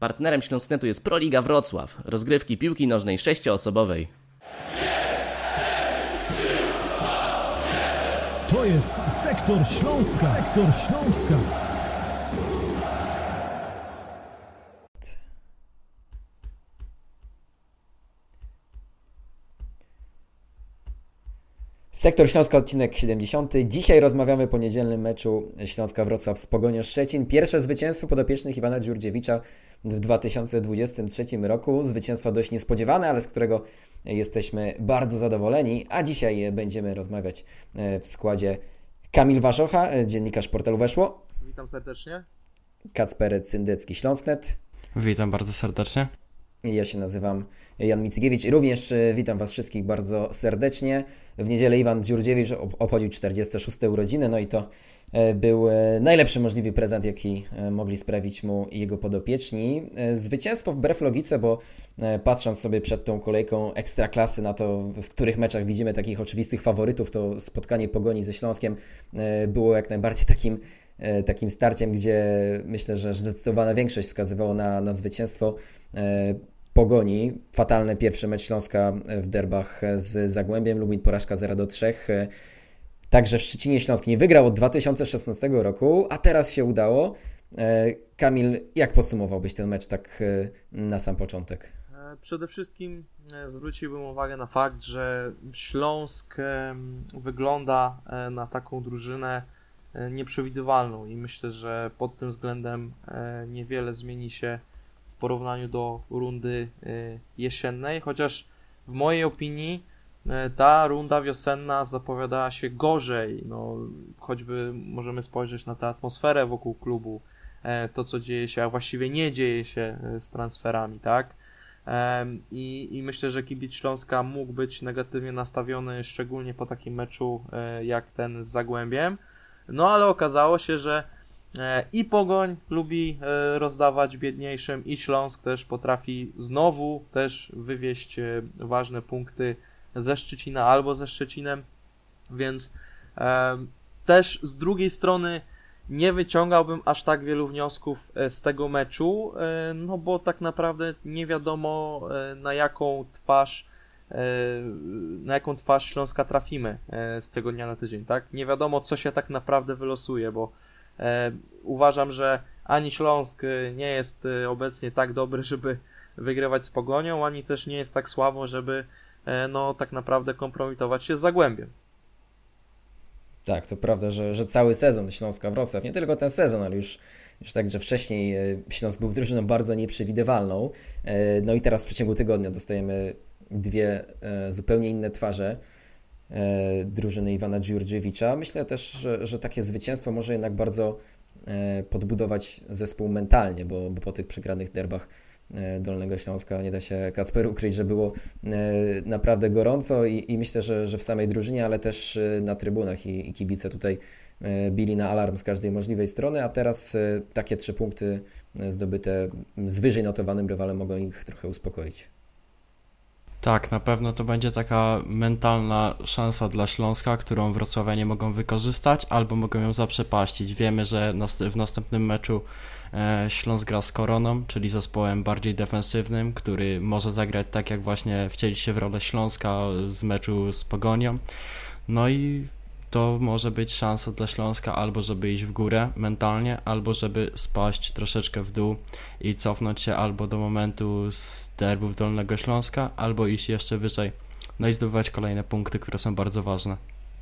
Partnerem Śląsknetu jest Proliga Wrocław, rozgrywki piłki nożnej 6-osobowej. To jest Sektor Śląska. Sektor Śląska. Sektor Śląska, odcinek 70. Dzisiaj rozmawiamy po niedzielnym meczu Śląska Wrocław z Pogonią Szczecin. Pierwsze zwycięstwo podopiecznych Iwana Dziurdziewicza w 2023 roku. Zwycięstwo dość niespodziewane, ale z którego jesteśmy bardzo zadowoleni. A dzisiaj będziemy rozmawiać w składzie Kamil Warzocha, dziennikarz portalu Weszło. Witam serdecznie. Kacper Cyndecki, Śląsknet. Witam bardzo serdecznie. Ja się nazywam Jan Micygiewicz i również witam Was wszystkich bardzo serdecznie. W niedzielę Iwan Dziurdziewicz obchodził 46. urodziny, no i to był najlepszy możliwy prezent, jaki mogli sprawić mu jego podopieczni. Zwycięstwo wbrew logice, bo patrząc sobie przed tą kolejką Ekstraklasy na to, w których meczach widzimy takich oczywistych faworytów, to spotkanie Pogoni ze Śląskiem było jak najbardziej takim starciem, gdzie myślę, że zdecydowana większość wskazywała na zwycięstwo Pogoni. Fatalny pierwszy mecz Śląska w derbach z Zagłębiem. Lubin porażka 0-3. Także w Szczecinie Śląsk nie wygrał od 2016 roku, a teraz się udało. Kamil, jak podsumowałbyś ten mecz tak na sam początek? Przede wszystkim zwróciłbym uwagę na fakt, że Śląsk wygląda na taką drużynę nieprzewidywalną i myślę, że pod tym względem niewiele zmieni się w porównaniu do rundy jesiennej, chociaż w mojej opinii ta runda wiosenna zapowiadała się gorzej. No, choćby możemy spojrzeć na tę atmosferę wokół klubu, to co dzieje się, a właściwie nie dzieje się z transferami, tak? I myślę, że kibic Śląska mógł być negatywnie nastawiony, szczególnie po takim meczu jak ten z Zagłębiem. No ale okazało się, że i Pogoń lubi rozdawać biedniejszym, i Śląsk też potrafi znowu też wywieźć ważne punkty ze Szczecina albo ze Szczecinem, więc też z drugiej strony nie wyciągałbym aż tak wielu wniosków z tego meczu, no bo tak naprawdę nie wiadomo na jaką twarz Śląska trafimy z tego dnia na tydzień, tak? Nie wiadomo, co się tak naprawdę wylosuje, bo uważam, że ani Śląsk nie jest obecnie tak dobry, żeby wygrywać z Pogonią, ani też nie jest tak słabo, żeby no tak naprawdę kompromitować się z Zagłębiem. Tak, to prawda, że cały sezon Śląska Wrocław, nie tylko ten sezon, ale już także wcześniej Śląsk był drużyną bardzo nieprzewidywalną. No i teraz w przeciągu tygodnia dostajemy dwie zupełnie inne twarze drużyny Iwana Dziurdziewicza. Myślę też, że takie zwycięstwo może jednak bardzo podbudować zespół mentalnie, bo po tych przegranych derbach Dolnego Śląska nie da się, Kacper, ukryć, że było naprawdę gorąco i myślę, że w samej drużynie, ale też na trybunach i kibice tutaj bili na alarm z każdej możliwej strony, a teraz takie 3 punkty zdobyte z wyżej notowanym rywalem mogą ich trochę uspokoić. Tak, na pewno to będzie taka mentalna szansa dla Śląska, którą wrocławianie mogą wykorzystać albo mogą ją zaprzepaścić. Wiemy, że w następnym meczu Śląsk gra z Koroną, czyli zespołem bardziej defensywnym, który może zagrać tak, jak właśnie wcielić się w rolę Śląska z meczu z Pogonią. No i to może być szansa dla Śląska albo żeby iść w górę mentalnie, albo żeby spaść troszeczkę w dół i cofnąć się albo do momentu z derbów Dolnego Śląska, albo iść jeszcze wyżej, no i zdobywać kolejne punkty, które są bardzo ważne.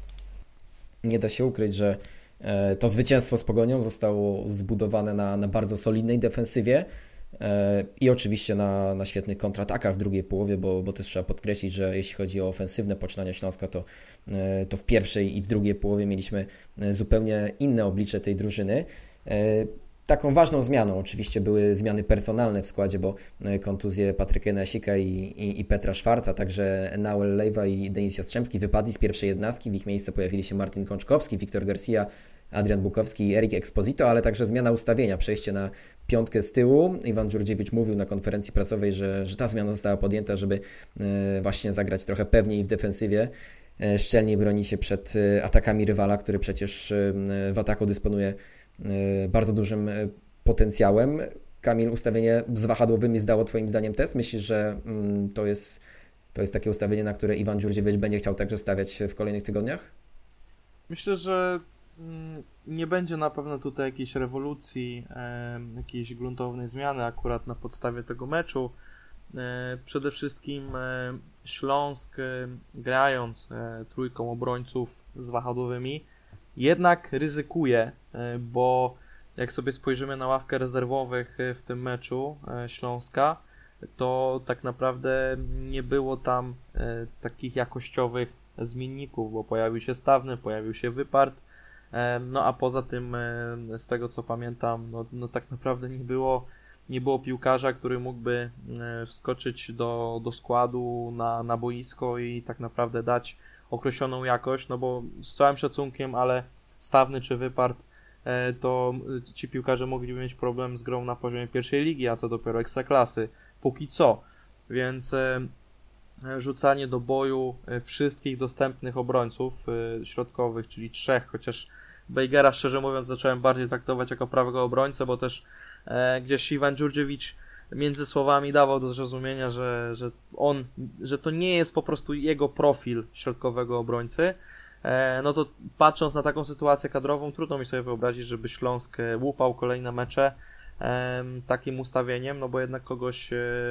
Nie da się ukryć, że to zwycięstwo z Pogonią zostało zbudowane na bardzo solidnej defensywie i oczywiście na świetnych kontratakach w drugiej połowie, bo też trzeba podkreślić, że jeśli chodzi o ofensywne poczynania Śląska, to w pierwszej i w drugiej połowie mieliśmy zupełnie inne oblicze tej drużyny. Taką ważną zmianą oczywiście były zmiany personalne w składzie, bo kontuzje Patryka Nasika i Petra Szwarca, także Nauel Lejwa i Denis Jastrzębski wypadli z pierwszej 11. W ich miejsce pojawili się Martin Kączkowski, Wiktor Garcia, Adrian Bukowski i Erik Exposito, ale także zmiana ustawienia, przejście na piątkę z tyłu. Iwan Dziurdziewicz mówił na konferencji prasowej, że ta zmiana została podjęta, żeby właśnie zagrać trochę pewniej w defensywie, szczelniej broni się przed atakami rywala, który przecież w ataku dysponuje bardzo dużym potencjałem. Kamil, ustawienie z wahadłowymi zdało twoim zdaniem test? Myślisz, że to jest takie ustawienie, na które Iwan Dziurdziewicz będzie chciał także stawiać w kolejnych tygodniach? Myślę, że nie będzie na pewno tutaj jakiejś rewolucji, jakiejś gruntownej zmiany akurat na podstawie tego meczu. Przede wszystkim Śląsk, grając trójką obrońców z wahadłowymi, jednak ryzykuje, bo jak sobie spojrzymy na ławkę rezerwowych w tym meczu Śląska, to tak naprawdę nie było tam takich jakościowych zmienników, bo pojawił się Stawny, pojawił się Wypart, no a poza tym, z tego co pamiętam, no tak naprawdę nie było piłkarza, który mógłby wskoczyć do składu na boisko i tak naprawdę dać określoną jakość, no bo z całym szacunkiem, ale Stawny czy Wypart, to ci piłkarze mogliby mieć problem z grą na poziomie pierwszej ligi, a co dopiero ekstraklasy, póki co, więc rzucanie do boju wszystkich dostępnych obrońców środkowych, czyli 3, chociaż Bejgera, szczerze mówiąc, zacząłem bardziej traktować jako prawego obrońcę, bo też gdzieś Iwan Dziurdziewicz między słowami dawał do zrozumienia, że to nie jest po prostu jego profil środkowego obrońcy. No to patrząc na taką sytuację kadrową, trudno mi sobie wyobrazić, żeby Śląsk łupał kolejne mecze takim ustawieniem, no bo jednak kogoś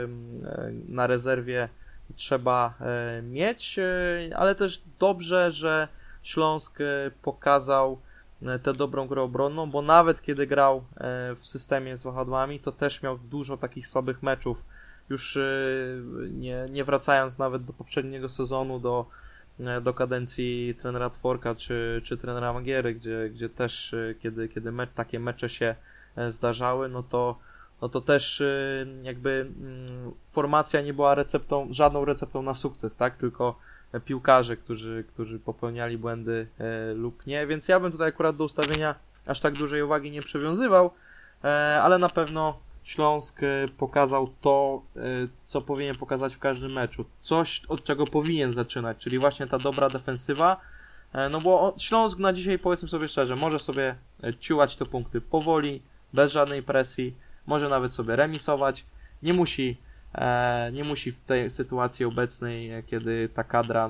na rezerwie trzeba mieć, ale też dobrze, że Śląsk pokazał tę dobrą grę obronną, bo nawet kiedy grał w systemie z wahadłami, to też miał dużo takich słabych meczów, już nie wracając nawet do poprzedniego sezonu, do kadencji trenera Tworka czy trenera Magiery, gdzie też kiedy takie mecze się zdarzały, no to też jakby formacja nie była żadną receptą na sukces, tak? Tylko piłkarze, którzy popełniali błędy lub nie, więc ja bym tutaj akurat do ustawienia aż tak dużej uwagi nie przywiązywał, ale na pewno Śląsk pokazał to, co powinien pokazać w każdym meczu. Coś, od czego powinien zaczynać, czyli właśnie ta dobra defensywa, no bo Śląsk na dzisiaj, powiedzmy sobie szczerze, może sobie ciułać te punkty powoli, bez żadnej presji, może nawet sobie remisować, nie musi w tej sytuacji obecnej, kiedy ta kadra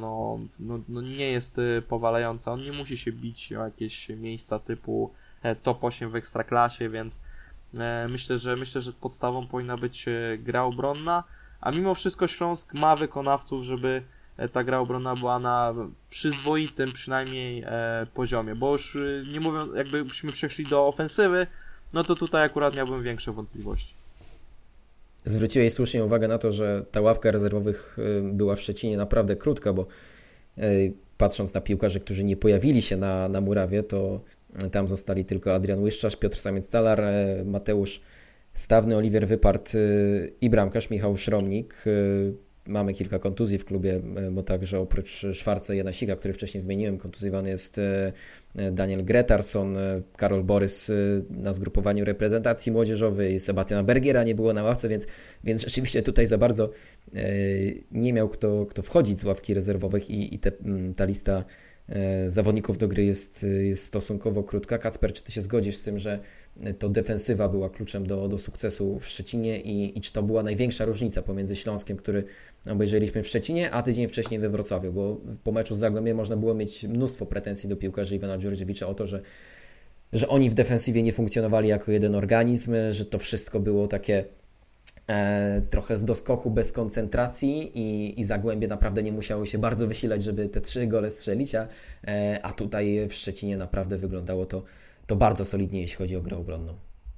nie jest powalająca, on nie musi się bić o jakieś miejsca typu top 8 w Ekstraklasie, więc myślę, że podstawą powinna być gra obronna, a mimo wszystko Śląsk ma wykonawców, żeby ta gra obronna była na przyzwoitym przynajmniej poziomie, bo już nie mówiąc, jakbyśmy przeszli do ofensywy, no to tutaj akurat miałbym większe wątpliwości. Zwróciłeś słusznie uwagę na to, że ta ławka rezerwowych była w Szczecinie naprawdę krótka, bo patrząc na piłkarzy, którzy nie pojawili się na murawie, to tam zostali tylko Adrian Łyszczarz, Piotr Samiec-Talar, Mateusz Stawny, Oliwier Wypart i bramkarz Michał Szromnik. Mamy kilka kontuzji w klubie, bo także oprócz Szwarca i Janasika, który wcześniej wymieniłem, kontuzjowany jest Daniel Gretarsson, Karol Borys na zgrupowaniu reprezentacji młodzieżowej, Sebastiana Bergiera nie było na ławce, więc rzeczywiście tutaj za bardzo nie miał kto wchodzić z ławki rezerwowych i ta lista zawodników do gry jest stosunkowo krótka. Kacper, czy ty się zgodzisz z tym, że to defensywa była kluczem do sukcesu w Szczecinie i czy to była największa różnica pomiędzy Śląskiem, który obejrzeliśmy w Szczecinie, a tydzień wcześniej we Wrocławiu, bo po meczu z Zagłębiem można było mieć mnóstwo pretensji do piłkarzy Iwana Dziurdziewicza o to, że oni w defensywie nie funkcjonowali jako jeden organizm, że to wszystko było takie trochę z doskoku, bez koncentracji i Zagłębie naprawdę nie musiało się bardzo wysilać, żeby te 3 gole strzelić, a tutaj w Szczecinie naprawdę wyglądało to bardzo solidnie, jeśli chodzi o grę obronną.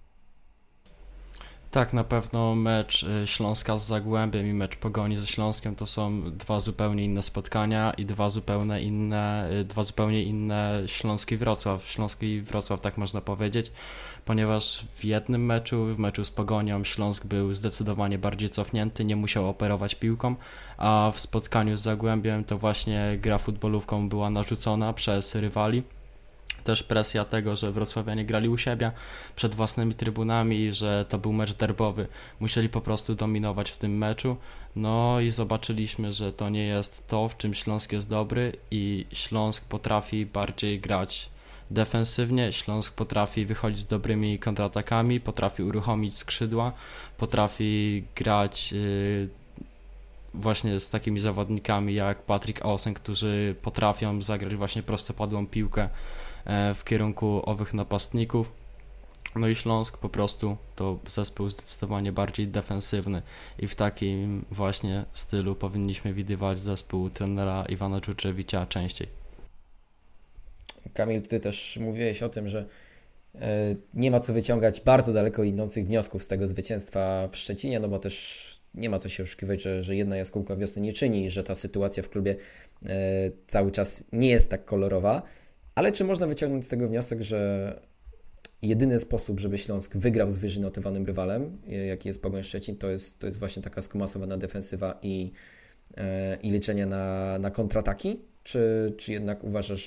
Tak, na pewno mecz Śląska z Zagłębiem i mecz Pogoni ze Śląskiem to są 2 zupełnie inne spotkania i 2 zupełnie inne Śląski Wrocław. Śląski Wrocław, tak można powiedzieć, ponieważ w jednym meczu, w meczu z Pogonią, Śląsk był zdecydowanie bardziej cofnięty, nie musiał operować piłką, a w spotkaniu z Zagłębiem to właśnie gra futbolówką była narzucona przez rywali. Też presja tego, że wrocławianie grali u siebie przed własnymi trybunami i że to był mecz derbowy. Musieli po prostu dominować w tym meczu. No i zobaczyliśmy, że to nie jest to, w czym Śląsk jest dobry i Śląsk potrafi bardziej grać defensywnie. Śląsk potrafi wychodzić z dobrymi kontratakami, potrafi uruchomić skrzydła, potrafi grać właśnie z takimi zawodnikami jak Patryk Osen, którzy potrafią zagrać właśnie prostopadłą piłkę w kierunku owych napastników. No i Śląsk po prostu to zespół zdecydowanie bardziej defensywny i w takim właśnie stylu powinniśmy widywać zespół trenera Iwana Dżurdżewicza częściej. Kamil, ty też mówiłeś o tym, że nie ma co wyciągać bardzo daleko idących wniosków z tego zwycięstwa w Szczecinie, no bo też nie ma co się oszukiwać, że jedna jaskółka wiosny nie czyni i że ta sytuacja w klubie cały czas nie jest tak kolorowa, ale czy można wyciągnąć z tego wniosek, że jedyny sposób, żeby Śląsk wygrał z wyżej notowanym rywalem, jaki jest Pogoń Szczecin, to jest właśnie taka skumasowana defensywa i liczenie na kontrataki? Czy jednak uważasz,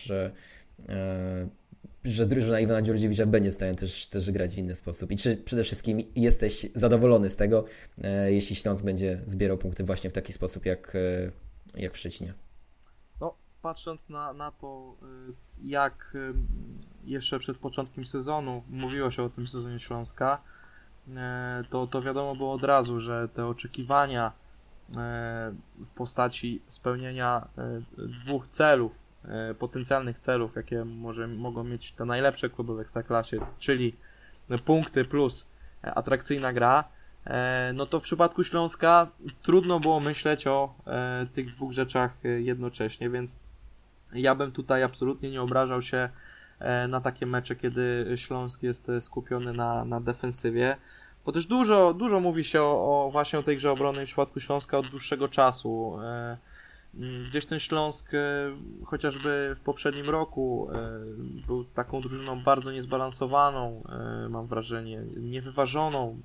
że drużyna Iwana Dżurdziewicza będzie w stanie też grać w inny sposób? I czy przede wszystkim jesteś zadowolony z tego, jeśli Śląsk będzie zbierał punkty właśnie w taki sposób jak w Szczecinie? No, patrząc na to, jak jeszcze przed początkiem sezonu mówiło się o tym sezonie Śląska, to wiadomo było od razu, że te oczekiwania w postaci spełnienia dwóch celów, potencjalnych celów, jakie mogą mieć te najlepsze kluby w Ekstraklasie, czyli punkty plus atrakcyjna gra, no to w przypadku Śląska trudno było myśleć o tych dwóch rzeczach jednocześnie, więc ja bym tutaj absolutnie nie obrażał się na takie mecze, kiedy Śląsk jest skupiony na defensywie, bo też dużo mówi się właśnie o tej grze obronnej w przypadku Śląska od dłuższego czasu. Gdzieś ten Śląsk, chociażby w poprzednim roku, był taką drużyną bardzo niezbalansowaną, mam wrażenie, niewyważoną,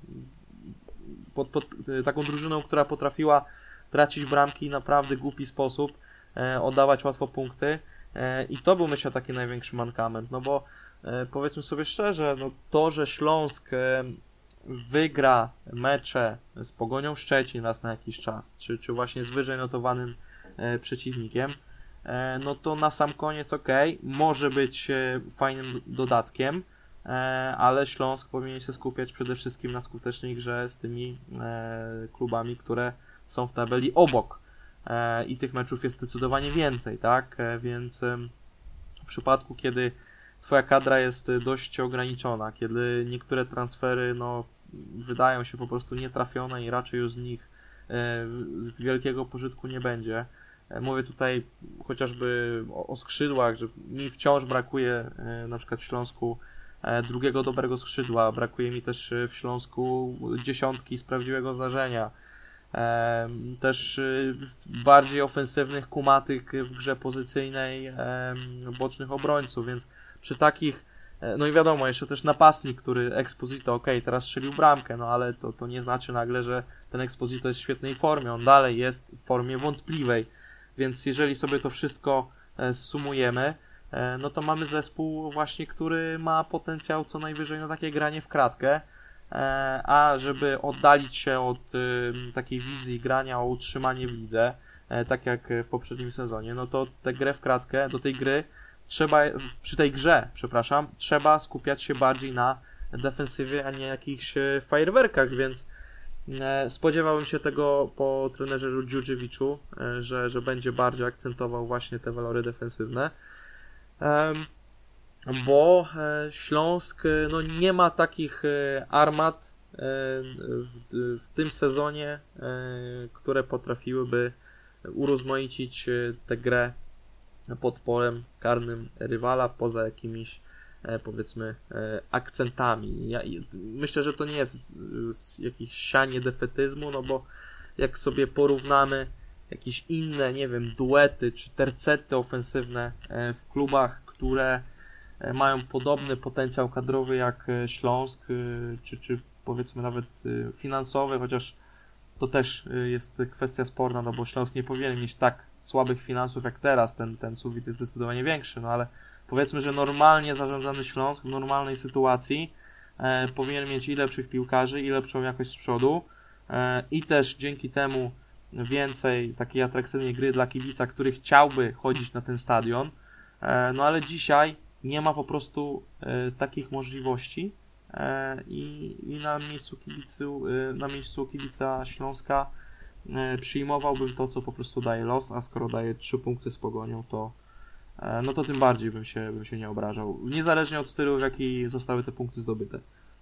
taką drużyną, która potrafiła tracić bramki w naprawdę głupi sposób, oddawać łatwo punkty i to był, myślę, taki największy mankament, no bo powiedzmy sobie szczerze, no to, że Śląsk wygra mecze z Pogonią Szczecin raz na jakiś czas, czy właśnie z wyżej notowanym przeciwnikiem, no to na sam koniec może być fajnym dodatkiem, ale Śląsk powinien się skupiać przede wszystkim na skutecznej grze z tymi klubami, które są w tabeli obok i tych meczów jest zdecydowanie więcej, tak? Więc w przypadku, kiedy twoja kadra jest dość ograniczona, kiedy niektóre transfery wydają się po prostu nietrafione i raczej już z nich wielkiego pożytku nie będzie. Mówię tutaj chociażby o skrzydłach, że mi wciąż brakuje na przykład w Śląsku drugiego dobrego skrzydła, brakuje mi też w Śląsku dziesiątki z prawdziwego zdarzenia, też bardziej ofensywnych, kumatych w grze pozycyjnej bocznych obrońców, więc przy takich, no i wiadomo, jeszcze też napastnik, który Exposito, teraz strzelił bramkę, no ale to nie znaczy nagle, że ten Exposito jest w świetnej formie, on dalej jest w formie wątpliwej, więc jeżeli sobie to wszystko sumujemy, no to mamy zespół właśnie, który ma potencjał co najwyżej na takie granie w kratkę, a żeby oddalić się od takiej wizji grania o utrzymanie w lidze, tak jak w poprzednim sezonie, no to tę grę w kratkę, do tej gry przy tej grze, trzeba skupiać się bardziej na defensywie, a nie jakichś fajerwerkach, więc spodziewałem się tego po trenerze Dżurdżewiczu, że będzie bardziej akcentował właśnie te walory defensywne, bo Śląsk nie ma takich armat w tym sezonie, które potrafiłyby urozmaicić tę grę pod polem karnym rywala, poza jakimiś powiedzmy akcentami. Myślę, że to nie jest jakieś sianie defetyzmu, no bo jak sobie porównamy jakieś inne, nie wiem, duety czy tercety ofensywne w klubach, które mają podobny potencjał kadrowy jak Śląsk, czy powiedzmy nawet finansowy, chociaż to też jest kwestia sporna, no bo Śląsk nie powinien mieć tak słabych finansów jak teraz, ten sufit jest zdecydowanie większy, no ale powiedzmy, że normalnie zarządzany Śląsk w normalnej sytuacji powinien mieć i lepszych piłkarzy, i lepszą jakość z przodu i też dzięki temu więcej takiej atrakcyjnej gry dla kibica, który chciałby chodzić na ten stadion, no ale dzisiaj nie ma po prostu takich możliwości i na miejscu kibica Śląska przyjmowałbym to, co po prostu daje los, a skoro daje 3 punkty z Pogonią, to no to tym bardziej bym się nie obrażał, niezależnie od stylu, w jaki zostały te punkty zdobyte.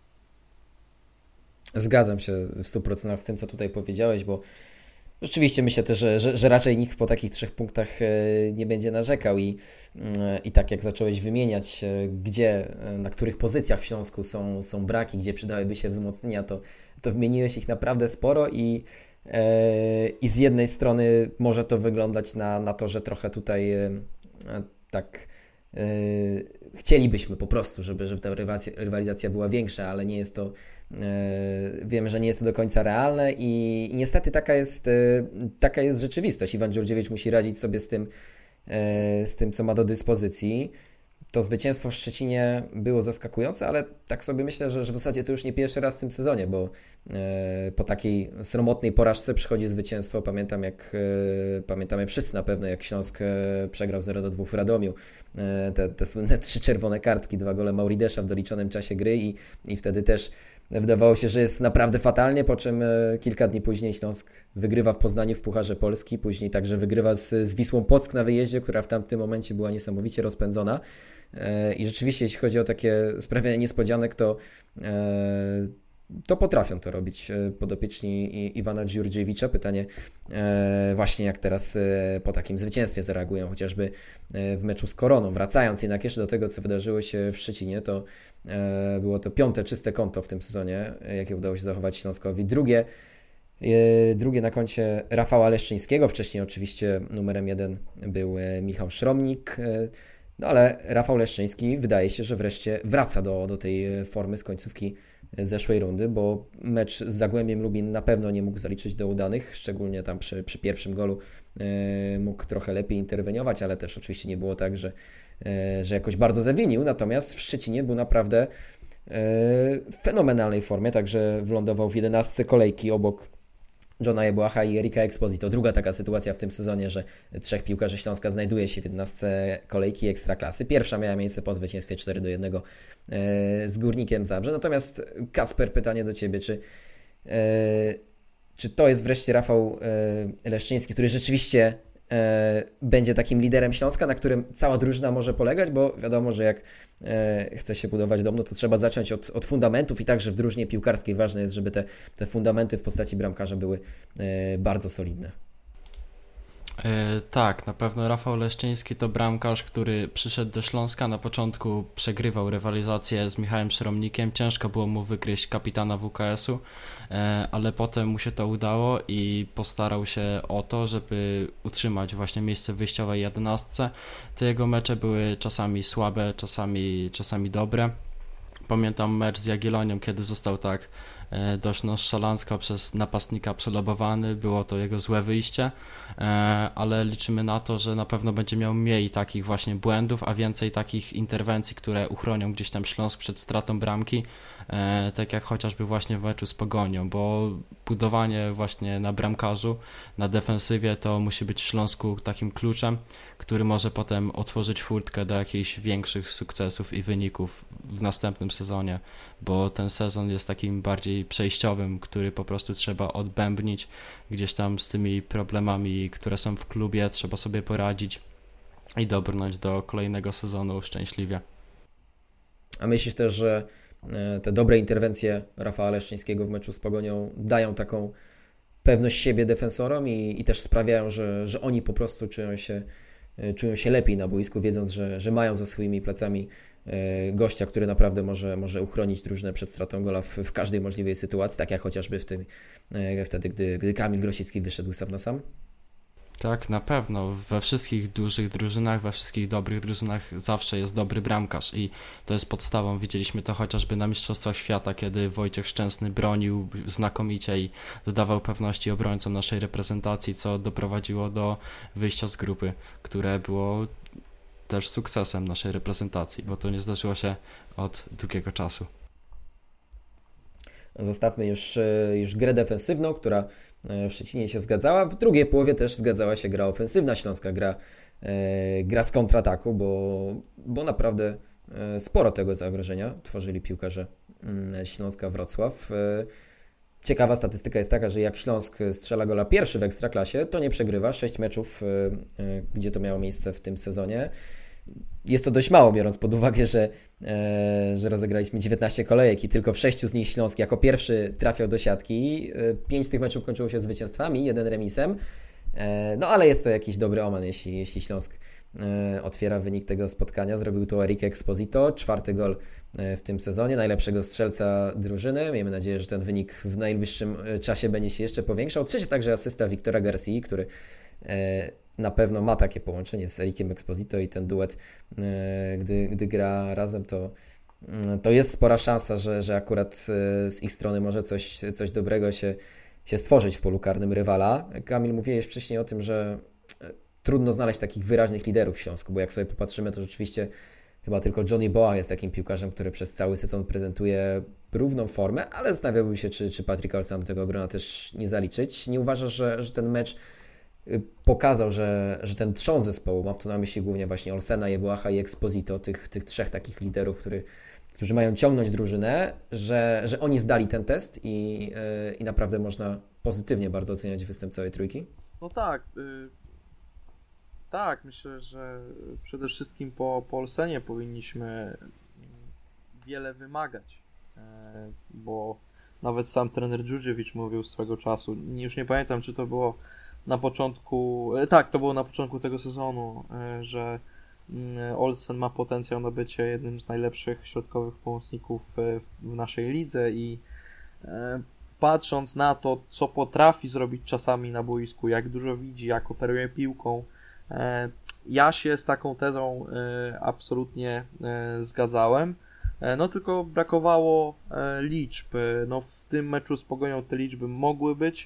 Zgadzam się w 100% z tym, co tutaj powiedziałeś, bo rzeczywiście myślę też, że raczej nikt po takich 3 punktach nie będzie narzekał i tak jak zacząłeś wymieniać, gdzie, na których pozycjach w Śląsku są braki, gdzie przydałyby się wzmocnienia, to wymieniłeś ich naprawdę sporo i z jednej strony może to wyglądać na to, że trochę tutaj tak chcielibyśmy po prostu, żeby ta rywalizacja była większa, ale nie jest to, wiemy, że nie jest to do końca realne i niestety taka jest rzeczywistość. Iwan Dziurdziewicz musi radzić sobie z tym, co ma do dyspozycji. To zwycięstwo w Szczecinie było zaskakujące, ale tak sobie myślę, że w zasadzie to już nie pierwszy raz w tym sezonie, bo po takiej sromotnej porażce przychodzi zwycięstwo. Pamiętamy wszyscy na pewno, jak Śląsk przegrał 0-2 w Radomiu. Te słynne 3 czerwone kartki, 2 gole Mauridesza w doliczonym czasie gry i wtedy też wydawało się, że jest naprawdę fatalnie, po czym kilka dni później Śląsk wygrywa w Poznaniu w Pucharze Polski, później także wygrywa z Wisłą Płock na wyjeździe, która w tamtym momencie była niesamowicie rozpędzona. I rzeczywiście, jeśli chodzi o takie sprawianie niespodzianek, to potrafią to robić podopieczni Iwana Dziurdziewicza. Pytanie właśnie, jak teraz po takim zwycięstwie zareagują, chociażby w meczu z Koroną. Wracając jednak jeszcze do tego, co wydarzyło się w Szczecinie, to było to 5. czyste konto w tym sezonie, jakie udało się zachować Śląskowi. Drugie na koncie Rafała Leszczyńskiego. Wcześniej oczywiście numerem 1 był Michał Szromnik. No ale Rafał Leszczyński wydaje się, że wreszcie wraca do tej formy z końcówki zeszłej rundy, bo mecz z Zagłębiem Lubin na pewno nie mógł zaliczyć do udanych, szczególnie tam przy pierwszym golu mógł trochę lepiej interweniować, ale też oczywiście nie było tak, że jakoś bardzo zawinił, natomiast w Szczecinie był naprawdę w fenomenalnej formie, także wylądował w 11 kolejki obok Johna Jebłacha i Erika Exposito. Druga taka sytuacja w tym sezonie, że 3 piłkarzy Śląska znajduje się w 11 kolejki Ekstraklasy. Pierwsza miała miejsce po zwycięstwie 4-1 z Górnikiem Zabrze. Natomiast Kacper, pytanie do Ciebie, czy to jest wreszcie Rafał Leszczyński, który rzeczywiście będzie takim liderem Śląska, na którym cała drużyna może polegać, bo wiadomo, że jak chce się budować dom, no to trzeba zacząć od fundamentów i także w drużynie piłkarskiej ważne jest, żeby te fundamenty w postaci bramkarza były bardzo solidne. Tak, na pewno Rafał Leszczyński to bramkarz, który przyszedł do Śląska, na początku przegrywał rywalizację z Michałem Szromnikiem, ciężko było mu wygryźć kapitana WKS-u, ale potem mu się to udało i postarał się o to, żeby utrzymać właśnie miejsce w wyjściowej 11. Te jego mecze były czasami słabe, czasami dobre. Pamiętam mecz z Jagiellonią, kiedy został tak dość nonszalancko przez napastnika przelobowany, było to jego złe wyjście, ale liczymy na to, że na pewno będzie miał mniej takich właśnie błędów, a więcej takich interwencji, które uchronią gdzieś tam Śląsk przed stratą bramki, tak jak chociażby właśnie w meczu z Pogonią, bo budowanie właśnie na bramkarzu, na defensywie to musi być w Śląsku takim kluczem, który może potem otworzyć furtkę do jakichś większych sukcesów i wyników w następnym sezonie, bo ten sezon jest takim bardziej przejściowym, który po prostu trzeba odbębnić, gdzieś tam z tymi problemami, które są w klubie, trzeba sobie poradzić i dobrnąć do kolejnego sezonu szczęśliwie. A myślisz też, że te dobre interwencje Rafała Leszczyńskiego w meczu z Pogonią dają taką pewność siebie defensorom i też sprawiają, że oni po prostu czują się lepiej na boisku, wiedząc, że mają za swoimi plecami gościa, który naprawdę może uchronić drużynę przed stratą gola w każdej możliwej sytuacji, tak jak chociażby wtedy, gdy Kamil Grosicki wyszedł sam na sam? Tak, na pewno. We wszystkich dużych drużynach, we wszystkich dobrych drużynach zawsze jest dobry bramkarz i to jest podstawą. Widzieliśmy to chociażby na Mistrzostwach Świata, kiedy Wojciech Szczęsny bronił znakomicie i dodawał pewności obrońcom naszej reprezentacji, co doprowadziło do wyjścia z grupy, które było też sukcesem naszej reprezentacji, bo to nie zdarzyło się od długiego czasu. Zostawmy już grę defensywną, która w Szczecinie się zgadzała. W drugiej połowie też zgadzała się gra ofensywna Śląska, gra z kontrataku, bo bo naprawdę sporo tego zagrożenia tworzyli piłkarze Śląska Wrocław. Ciekawa statystyka jest taka, że jak Śląsk strzela gola pierwszy w Ekstraklasie, to nie przegrywa. 6 meczów, gdzie to miało miejsce w tym sezonie. Jest to dość mało, biorąc pod uwagę, że rozegraliśmy 19 kolejek i tylko w 6 z nich Śląsk jako pierwszy trafiał do siatki. 5 z tych meczów kończyło się zwycięstwami, 1 remisem. No ale jest to jakiś dobry omen, jeśli Śląsk otwiera wynik tego spotkania. Zrobił to Eric Exposito, 4. gol w tym sezonie, najlepszego strzelca drużyny. Miejmy nadzieję, że ten wynik w najbliższym czasie będzie się jeszcze powiększał. 3. także asysta Wiktora Garcia, który na pewno ma takie połączenie z Ericiem Exposito i ten duet, gdy gra razem, to jest spora szansa, że akurat z ich strony może coś dobrego się stworzyć w polu karnym rywala. Kamil, mówiłeś wcześniej o tym, że trudno znaleźć takich wyraźnych liderów w Śląsku, bo jak sobie popatrzymy, to rzeczywiście chyba tylko Johnny Boa jest takim piłkarzem, który przez cały sezon prezentuje równą formę, ale zastanawiałbym się, czy Patryk Olsen do tego grona też nie zaliczyć. Nie uważasz, że ten mecz pokazał, że ten trząs zespołu, mam tu na myśli głównie właśnie Olsena, Jeboacha i Exposito, tych 3 takich liderów, którzy mają ciągnąć drużynę, że oni zdali ten test i naprawdę można pozytywnie bardzo oceniać występ całej trójki? No tak, tak, myślę, że przede wszystkim po Olsenie powinniśmy wiele wymagać, bo nawet sam trener Dżurdżewicz mówił swego czasu, już nie pamiętam, czy to było na początku, tak, to było na początku tego sezonu, że Olsen ma potencjał na bycie jednym z najlepszych środkowych pomocników w naszej lidze i patrząc na to, co potrafi zrobić czasami na boisku, jak dużo widzi, jak operuje piłką, ja się z taką tezą absolutnie zgadzałem, no tylko brakowało liczb. No w tym meczu z Pogonią te liczby mogły być.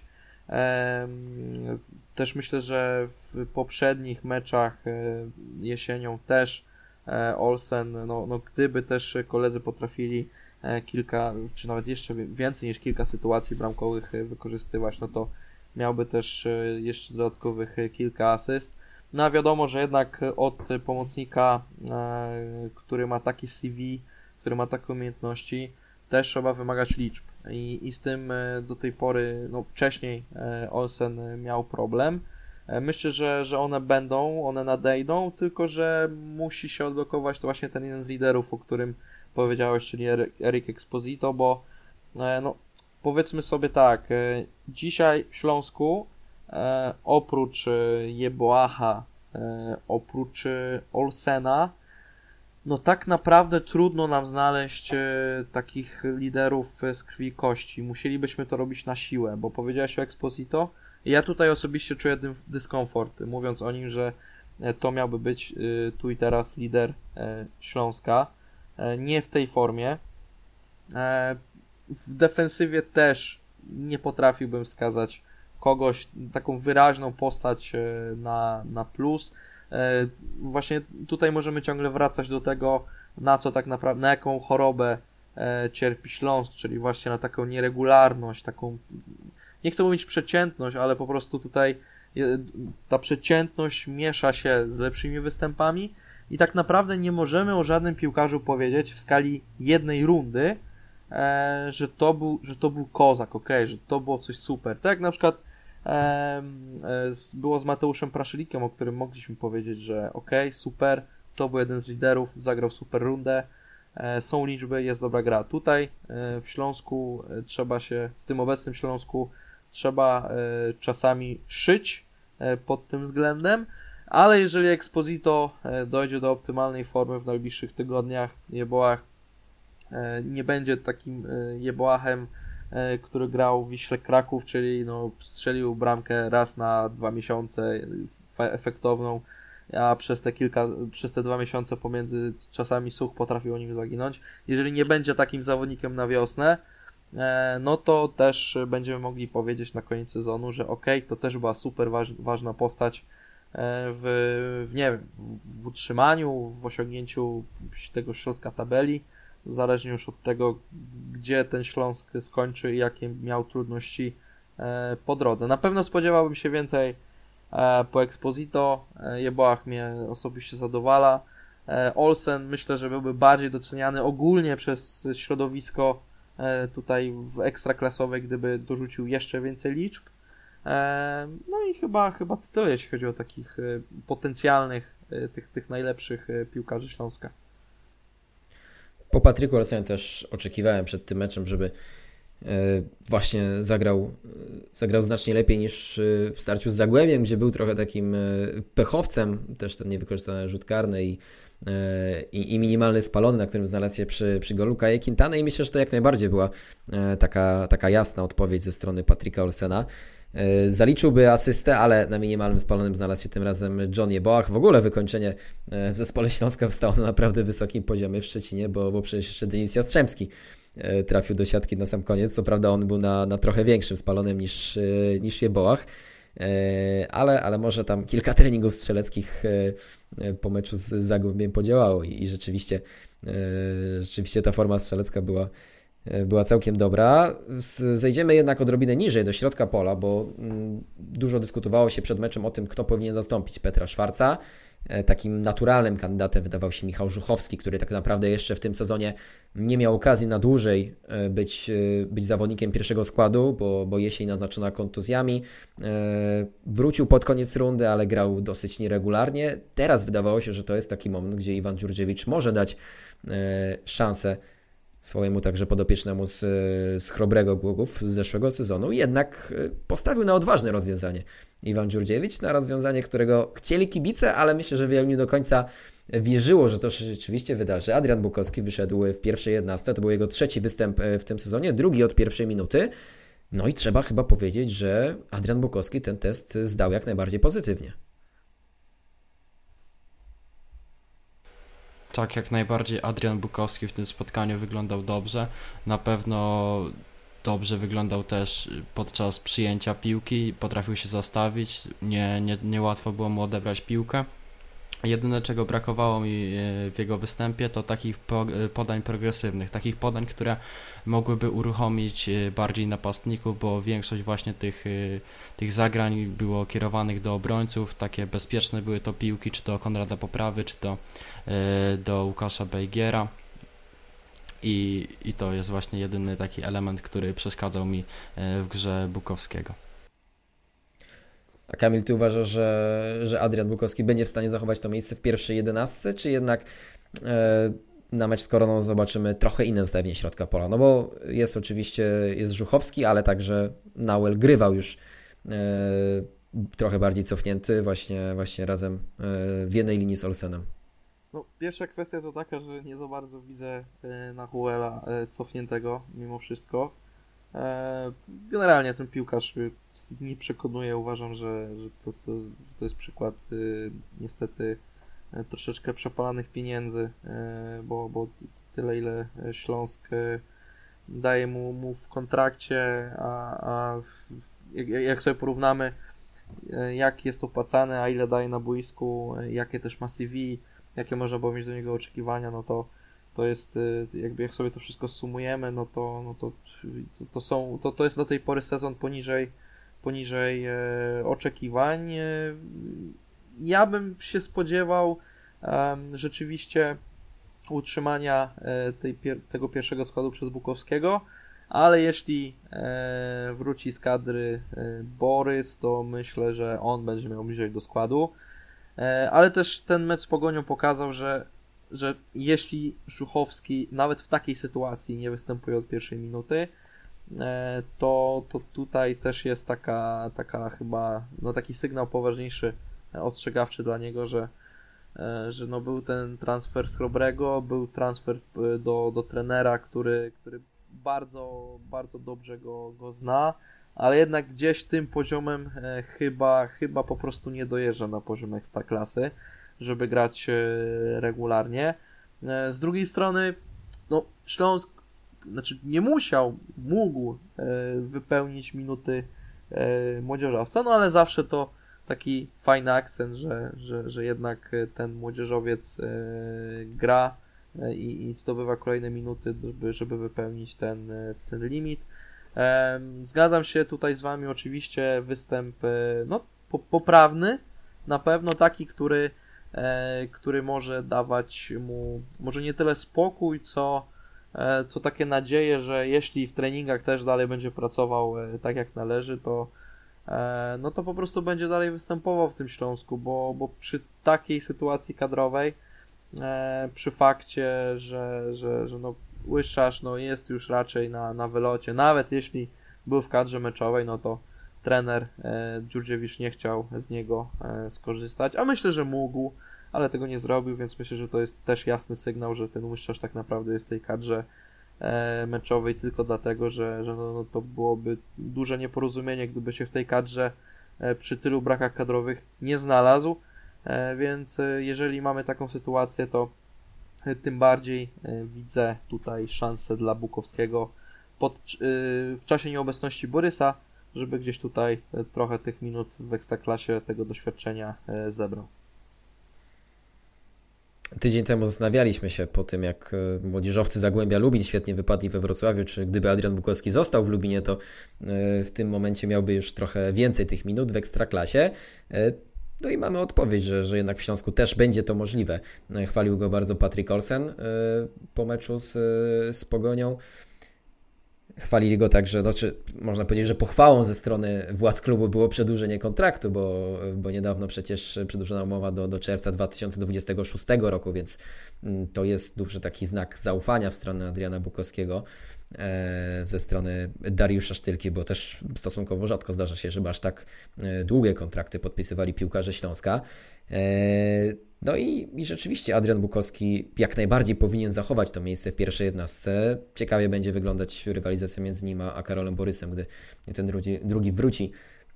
Też myślę, że w poprzednich meczach jesienią też Olsen, no gdyby też koledzy potrafili kilka, czy nawet jeszcze więcej niż kilka sytuacji bramkowych wykorzystywać, no to miałby też jeszcze dodatkowych kilka asyst. No a wiadomo, że jednak od pomocnika, który ma taki CV, który ma takie umiejętności, też trzeba wymagać liczb. I z tym do tej pory, no wcześniej Olsen miał problem. Myślę, że one nadejdą, tylko że musi się odblokować to właśnie ten jeden z liderów, o którym powiedziałeś, czyli Eric Exposito, bo no powiedzmy sobie tak, dzisiaj w Śląsku oprócz Jeboacha, oprócz Olsena, no tak naprawdę trudno nam znaleźć takich liderów z krwi i kości. Musielibyśmy to robić na siłę, bo powiedziałeś o Exposito i ja tutaj osobiście czuję dyskomfort, mówiąc o nim, że to miałby być tu i teraz lider Śląska. Nie w tej formie. W defensywie też nie potrafiłbym wskazać kogoś, taką wyraźną postać na plus. Właśnie tutaj możemy ciągle wracać do tego, na co tak naprawdę, na jaką chorobę cierpi Śląsk, czyli właśnie na taką nieregularność, taką, nie chcę mówić przeciętność, ale po prostu tutaj ta przeciętność miesza się z lepszymi występami i tak naprawdę nie możemy o żadnym piłkarzu powiedzieć w skali jednej rundy, że to był kozak, że to było coś super. Tak jak na przykład było z Mateuszem Praszylikiem, o którym mogliśmy powiedzieć, że super, to był jeden z liderów, zagrał super rundę, są liczby, jest dobra gra. Tutaj w Śląsku w tym obecnym Śląsku trzeba czasami szyć pod tym względem, ale jeżeli Exposito dojdzie do optymalnej formy w najbliższych tygodniach, Jeboach nie będzie takim Jeboachem, który grał w Wiśle Kraków, czyli no, strzelił bramkę raz na 2 miesiące efektowną, a przez te 2 miesiące pomiędzy czasami Such potrafił o nim zaginąć. Jeżeli nie będzie takim zawodnikiem na wiosnę, no to też będziemy mogli powiedzieć na koniec sezonu, że to też była super ważna postać w utrzymaniu, w osiągnięciu tego środka tabeli, zależnie już od tego, gdzie ten Śląsk skończy i jakie miał trudności po drodze. Na pewno spodziewałbym się więcej po Exposito. Jeboach mnie osobiście zadowala. Olsen myślę, że byłby bardziej doceniany ogólnie przez środowisko tutaj w ekstraklasowej, gdyby dorzucił jeszcze więcej liczb. No i chyba to tyle, jeśli chodzi o takich potencjalnych, tych najlepszych piłkarzy Śląska. Po Patryku Olsenie też oczekiwałem przed tym meczem, żeby właśnie zagrał znacznie lepiej niż w starciu z Zagłębiem, gdzie był trochę takim pechowcem, też ten niewykorzystany rzut karny i minimalny spalony, na którym znalazł się przy golu Kaje Quintana, i myślę, że to jak najbardziej była taka jasna odpowiedź ze strony Patryka Olsena. Zaliczyłby asystę, ale na minimalnym spalonym znalazł się tym razem John Jeboach. W ogóle wykończenie w zespole Śląska wstało na naprawdę wysokim poziomie w Szczecinie, bo przecież jeszcze Denis Jastrzębski trafił do siatki na sam koniec. Co prawda on był na trochę większym spalonym niż Jeboach, ale może tam kilka treningów strzeleckich po meczu z Zagłębiem podziałało i rzeczywiście ta forma strzelecka była całkiem dobra. Zejdziemy jednak odrobinę niżej do środka pola, bo dużo dyskutowało się przed meczem o tym, kto powinien zastąpić Petra Szwarca. Takim naturalnym kandydatem wydawał się Michał Żuchowski, który tak naprawdę jeszcze w tym sezonie nie miał okazji na dłużej być zawodnikiem pierwszego składu, bo jesień naznaczona kontuzjami. Wrócił pod koniec rundy, ale grał dosyć nieregularnie. Teraz wydawało się, że to jest taki moment, gdzie Iwan Dziurdziewicz może dać szansę swojemu także podopiecznemu z Chrobrego Głogów z zeszłego sezonu. Jednak postawił na odważne rozwiązanie Iwan Dziurdziewicz, na rozwiązanie, którego chcieli kibice, ale myślę, że wielu nie do końca wierzyło, że to się rzeczywiście wydarzy. Adrian Bukowski wyszedł w pierwszej 11, to był jego trzeci występ w tym sezonie, drugi od pierwszej minuty. No i trzeba chyba powiedzieć, że Adrian Bukowski ten test zdał jak najbardziej pozytywnie. Tak, jak najbardziej Adrian Bukowski w tym spotkaniu wyglądał dobrze. Na pewno dobrze wyglądał też podczas przyjęcia piłki, potrafił się zastawić, niełatwo było mu odebrać piłkę. Jedyne, czego brakowało mi w jego występie, to takich podań progresywnych, takich podań, które mogłyby uruchomić bardziej napastników, bo większość właśnie tych zagrań było kierowanych do obrońców, takie bezpieczne były to piłki, czy do Konrada Poprawy, czy do Łukasza Bejgiera. I to jest właśnie jedyny taki element, który przeszkadzał mi w grze Bukowskiego. A Kamil, ty uważasz, że Adrian Bukowski będzie w stanie zachować to miejsce w pierwszej 11, czy jednak na mecz z Koroną zobaczymy trochę inne zestawienie środka pola? No bo jest Żuchowski, ale także Nauel grywał już trochę bardziej cofnięty, właśnie razem w jednej linii z Olsenem. No, pierwsza kwestia to taka, że nie za bardzo widzę Nauela cofniętego mimo wszystko. Generalnie ten piłkarz nie przekonuje. Uważam, że to jest przykład niestety troszeczkę przepalanych pieniędzy, bo tyle ile Śląsk daje mu w kontrakcie, a jak sobie porównamy, jak jest opłacany, a ile daje na boisku, jakie też ma CV, jakie można było mieć do niego oczekiwania, no to jest, jakby jak sobie to wszystko sumujemy, no to jest do tej pory sezon poniżej oczekiwań. Ja bym się spodziewał rzeczywiście utrzymania tego pierwszego składu przez Bukowskiego, ale jeśli wróci z kadry Borys, to myślę, że on będzie miał bliżej do składu. Ale też ten mecz z Pogonią pokazał, że jeśli Żuchowski nawet w takiej sytuacji nie występuje od pierwszej minuty, to tutaj też jest taka chyba, no taki sygnał poważniejszy, ostrzegawczy dla niego, że no był ten transfer z Chrobrego, był transfer do trenera, który bardzo, bardzo dobrze go zna, ale jednak gdzieś tym poziomem chyba po prostu nie dojeżdża na poziom ekstraklasy, żeby grać regularnie. Z drugiej strony, no Śląsk nie mógł wypełnić minuty młodzieżowca, no ale zawsze to taki fajny akcent, że jednak ten młodzieżowiec gra i zdobywa kolejne minuty, żeby wypełnić ten limit. Zgadzam się tutaj z Wami, oczywiście występ no, poprawny, na pewno taki, który który może dawać mu może nie tyle spokój, co takie nadzieję, że jeśli w treningach też dalej będzie pracował tak jak należy, to no to po prostu będzie dalej występował w tym Śląsku, bo przy takiej sytuacji kadrowej, przy fakcie, że no Łyszczarz no jest już raczej na wylocie, nawet jeśli był w kadrze meczowej, no to trener Dżurdżewicz nie chciał z niego skorzystać, a myślę, że mógł, ale tego nie zrobił, więc myślę, że to jest też jasny sygnał, że ten Łyszczarz tak naprawdę jest w tej kadrze meczowej tylko dlatego, że no to byłoby duże nieporozumienie, gdyby się w tej kadrze przy tylu brakach kadrowych nie znalazł, więc jeżeli mamy taką sytuację, to tym bardziej widzę tutaj szansę dla Bukowskiego w czasie nieobecności Borysa, żeby gdzieś tutaj trochę tych minut w Ekstraklasie tego doświadczenia zebrał. Tydzień temu zastanawialiśmy się po tym, jak młodzieżowcy Zagłębia Lubin świetnie wypadli we Wrocławiu, czy gdyby Adrian Bukowski został w Lubinie, to w tym momencie miałby już trochę więcej tych minut w Ekstraklasie. No i mamy odpowiedź, że jednak w Śląsku też będzie to możliwe. Chwalił go bardzo Patryk Olsen po meczu z Pogonią. Chwalili go także, znaczy można powiedzieć, że pochwałą ze strony władz klubu było przedłużenie kontraktu, bo niedawno przecież przedłużona umowa do czerwca 2026 roku, więc to jest duży taki znak zaufania w stronę Adriana Bukowskiego ze strony Dariusza Sztylki, bo też stosunkowo rzadko zdarza się, żeby aż tak długie kontrakty podpisywali piłkarze Śląska. No i rzeczywiście Adrian Bukowski jak najbardziej powinien zachować to miejsce w pierwszej 11. Ciekawie będzie wyglądać rywalizacja między nim a Karolem Borysem, gdy ten drugi wróci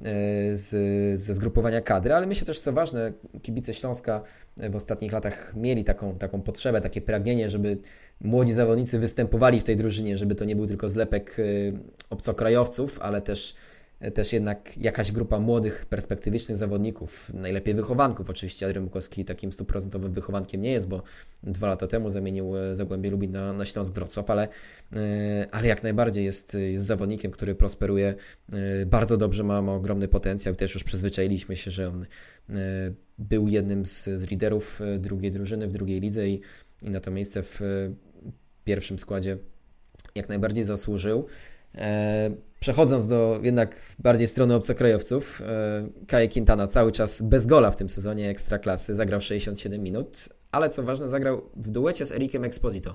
ze zgrupowania kadry, ale myślę też, co ważne, kibice Śląska w ostatnich latach mieli taką potrzebę, takie pragnienie, żeby młodzi zawodnicy występowali w tej drużynie, żeby to nie był tylko zlepek obcokrajowców, ale też jednak jakaś grupa młodych, perspektywicznych zawodników, najlepiej wychowanków. Oczywiście Adrian Bukowski takim 100% wychowankiem nie jest, bo 2 lata temu zamienił Zagłębie Lubin na Śląsk Wrocław, ale jak najbardziej jest zawodnikiem, który prosperuje bardzo dobrze, ma ogromny potencjał. Też już przyzwyczailiśmy się, że on był jednym z liderów drugiej drużyny w drugiej lidze i na to miejsce w pierwszym składzie jak najbardziej zasłużył. Przechodząc do jednak bardziej strony obcokrajowców, Kaje Quintana cały czas bez gola w tym sezonie Ekstraklasy, zagrał 67 minut, ale co ważne, zagrał w duecie z Erikiem Exposito.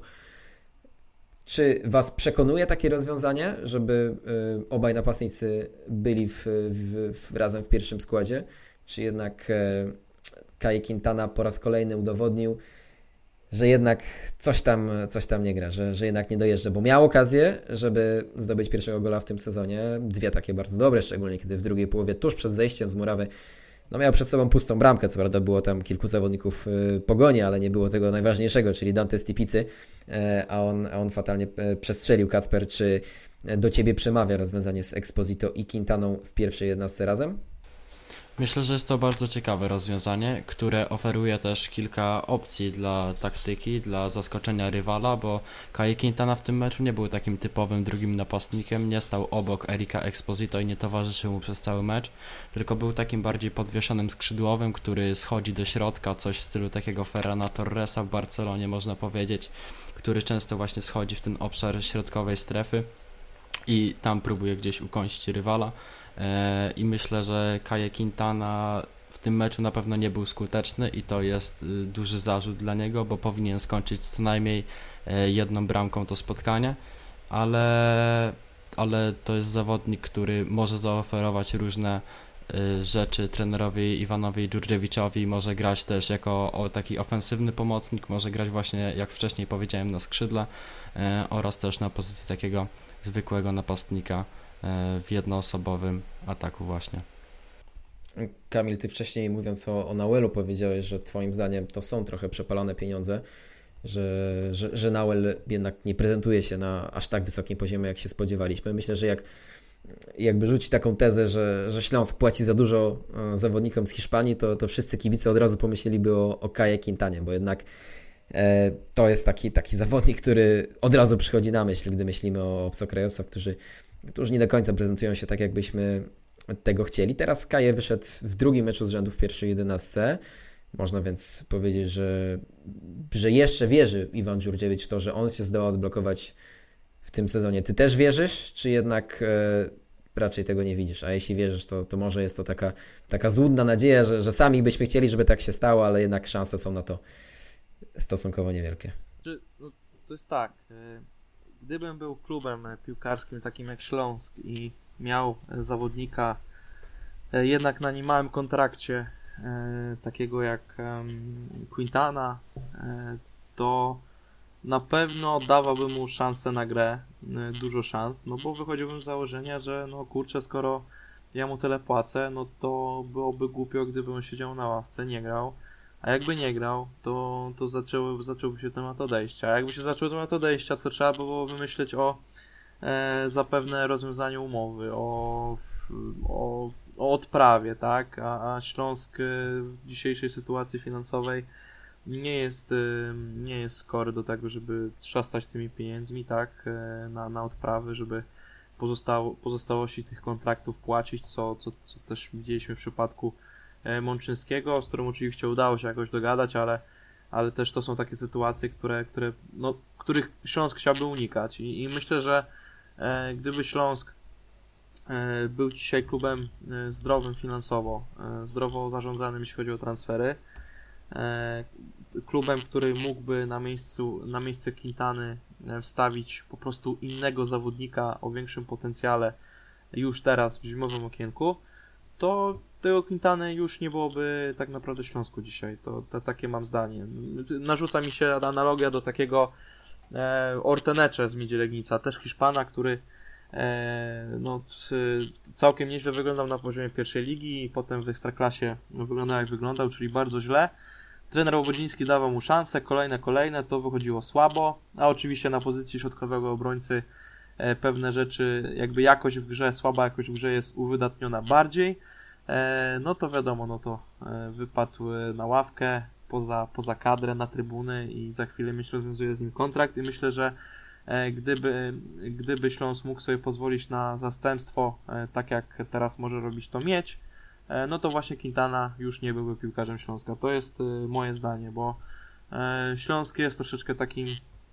Czy Was przekonuje takie rozwiązanie, żeby obaj napastnicy byli razem w pierwszym składzie? Czy jednak Kaje Quintana po raz kolejny udowodnił, że jednak coś tam nie gra, że jednak nie dojeżdża, bo miał okazję, żeby zdobyć pierwszego gola w tym sezonie, 2 takie bardzo dobre, szczególnie kiedy w drugiej połowie, tuż przed zejściem z murawy, no miał przed sobą pustą bramkę, co prawda było tam kilku zawodników Pogoni, ale nie było tego najważniejszego, czyli Dante Stipicy, a on fatalnie przestrzelił. Kacper, czy do Ciebie przemawia rozwiązanie z Exposito i Quintaną w pierwszej 11 razem? Myślę, że jest to bardzo ciekawe rozwiązanie, które oferuje też kilka opcji dla taktyki, dla zaskoczenia rywala, bo Kaje Quintana w tym meczu nie był takim typowym drugim napastnikiem, nie stał obok Erika Exposito i nie towarzyszył mu przez cały mecz, tylko był takim bardziej podwieszonym skrzydłowym, który schodzi do środka, coś w stylu takiego Ferrana Torresa w Barcelonie, można powiedzieć, który często właśnie schodzi w ten obszar środkowej strefy i tam próbuje gdzieś ukąsić rywala. I myślę, że Kaje Quintana w tym meczu na pewno nie był skuteczny i to jest duży zarzut dla niego, bo powinien skończyć co najmniej 1 bramką to spotkanie, ale to jest zawodnik, który może zaoferować różne rzeczy trenerowi Iwanowi Dżurdżewiczowi, może grać też jako taki ofensywny pomocnik, może grać właśnie, jak wcześniej powiedziałem, na skrzydle oraz też na pozycji takiego zwykłego napastnika w jednoosobowym ataku właśnie. Kamil, Ty wcześniej mówiąc o Nauelu powiedziałeś, że Twoim zdaniem to są trochę przepalone pieniądze, że Nauel jednak nie prezentuje się na aż tak wysokim poziomie, jak się spodziewaliśmy. Myślę, że jakby rzucić taką tezę, że Śląsk płaci za dużo zawodnikom z Hiszpanii, to wszyscy kibice od razu pomyśleliby o Kaje Quintanie, bo jednak to jest taki zawodnik, który od razu przychodzi na myśl, gdy myślimy o obcokrajowcach, którzy nie do końca prezentują się tak, jakbyśmy tego chcieli. Teraz Kaje wyszedł w drugim meczu z rzędu w pierwszej 11. Można więc powiedzieć, że jeszcze wierzy Iwan Dziurdziewicz w to, że on się zdoła odblokować w tym sezonie. Ty też wierzysz, czy jednak raczej tego nie widzisz? A jeśli wierzysz, to może jest to taka złudna nadzieja, że sami byśmy chcieli, żeby tak się stało, ale jednak szanse są na to stosunkowo niewielkie. No, to jest tak, gdybym był klubem piłkarskim takim jak Śląsk i miał zawodnika jednak na niemałym kontrakcie, takiego jak Quintana, to na pewno dawałbym mu szansę na grę, dużo szans, no bo wychodziłbym z założenia, że no kurczę, skoro ja mu tyle płacę, no to byłoby głupio, gdyby on siedział na ławce, nie grał, a jakby nie grał, to zacząłby się temat odejścia, a jakby się zaczął temat odejścia, to trzeba było wymyśleć o zapewne rozwiązaniu umowy, o odprawie, tak, a Śląsk w dzisiejszej sytuacji finansowej nie jest skory do tego, żeby trzastać tymi pieniędzmi, tak, na odprawy, żeby pozostałości tych kontraktów płacić, co też widzieliśmy w przypadku Mączyńskiego, z którym oczywiście udało się jakoś dogadać, ale też to są takie sytuacje, których Śląsk chciałby unikać i myślę, że gdyby Śląsk był dzisiaj klubem zdrowym finansowo, zdrowo zarządzanym, jeśli chodzi o transfery, klubem, który mógłby na miejsce Quintany wstawić po prostu innego zawodnika o większym potencjale już teraz w zimowym okienku, to tego Quintany już nie byłoby tak naprawdę w Śląsku dzisiaj. To takie mam zdanie. Narzuca mi się analogia do takiego Ortenecze z Miedzi Legnica, też Hiszpana, który całkiem nieźle wyglądał na poziomie pierwszej ligi i potem w Ekstraklasie wyglądał jak wyglądał, czyli bardzo źle. Trener Łobodziński dawał mu szanse, kolejne, to wychodziło słabo, a oczywiście na pozycji środkowego obrońcy pewne rzeczy, jakby jakość w grze, słaba jakość w grze jest uwydatniona bardziej, no to wiadomo, no to wypadł na ławkę, poza kadrę, na trybuny i za chwilę rozwiązuje z nim kontrakt i myślę, że gdyby Śląsk mógł sobie pozwolić na zastępstwo, tak jak teraz może robić to Miedź, no to właśnie Quintana już nie byłby piłkarzem Śląska. To jest moje zdanie, bo Śląsk jest troszeczkę takim,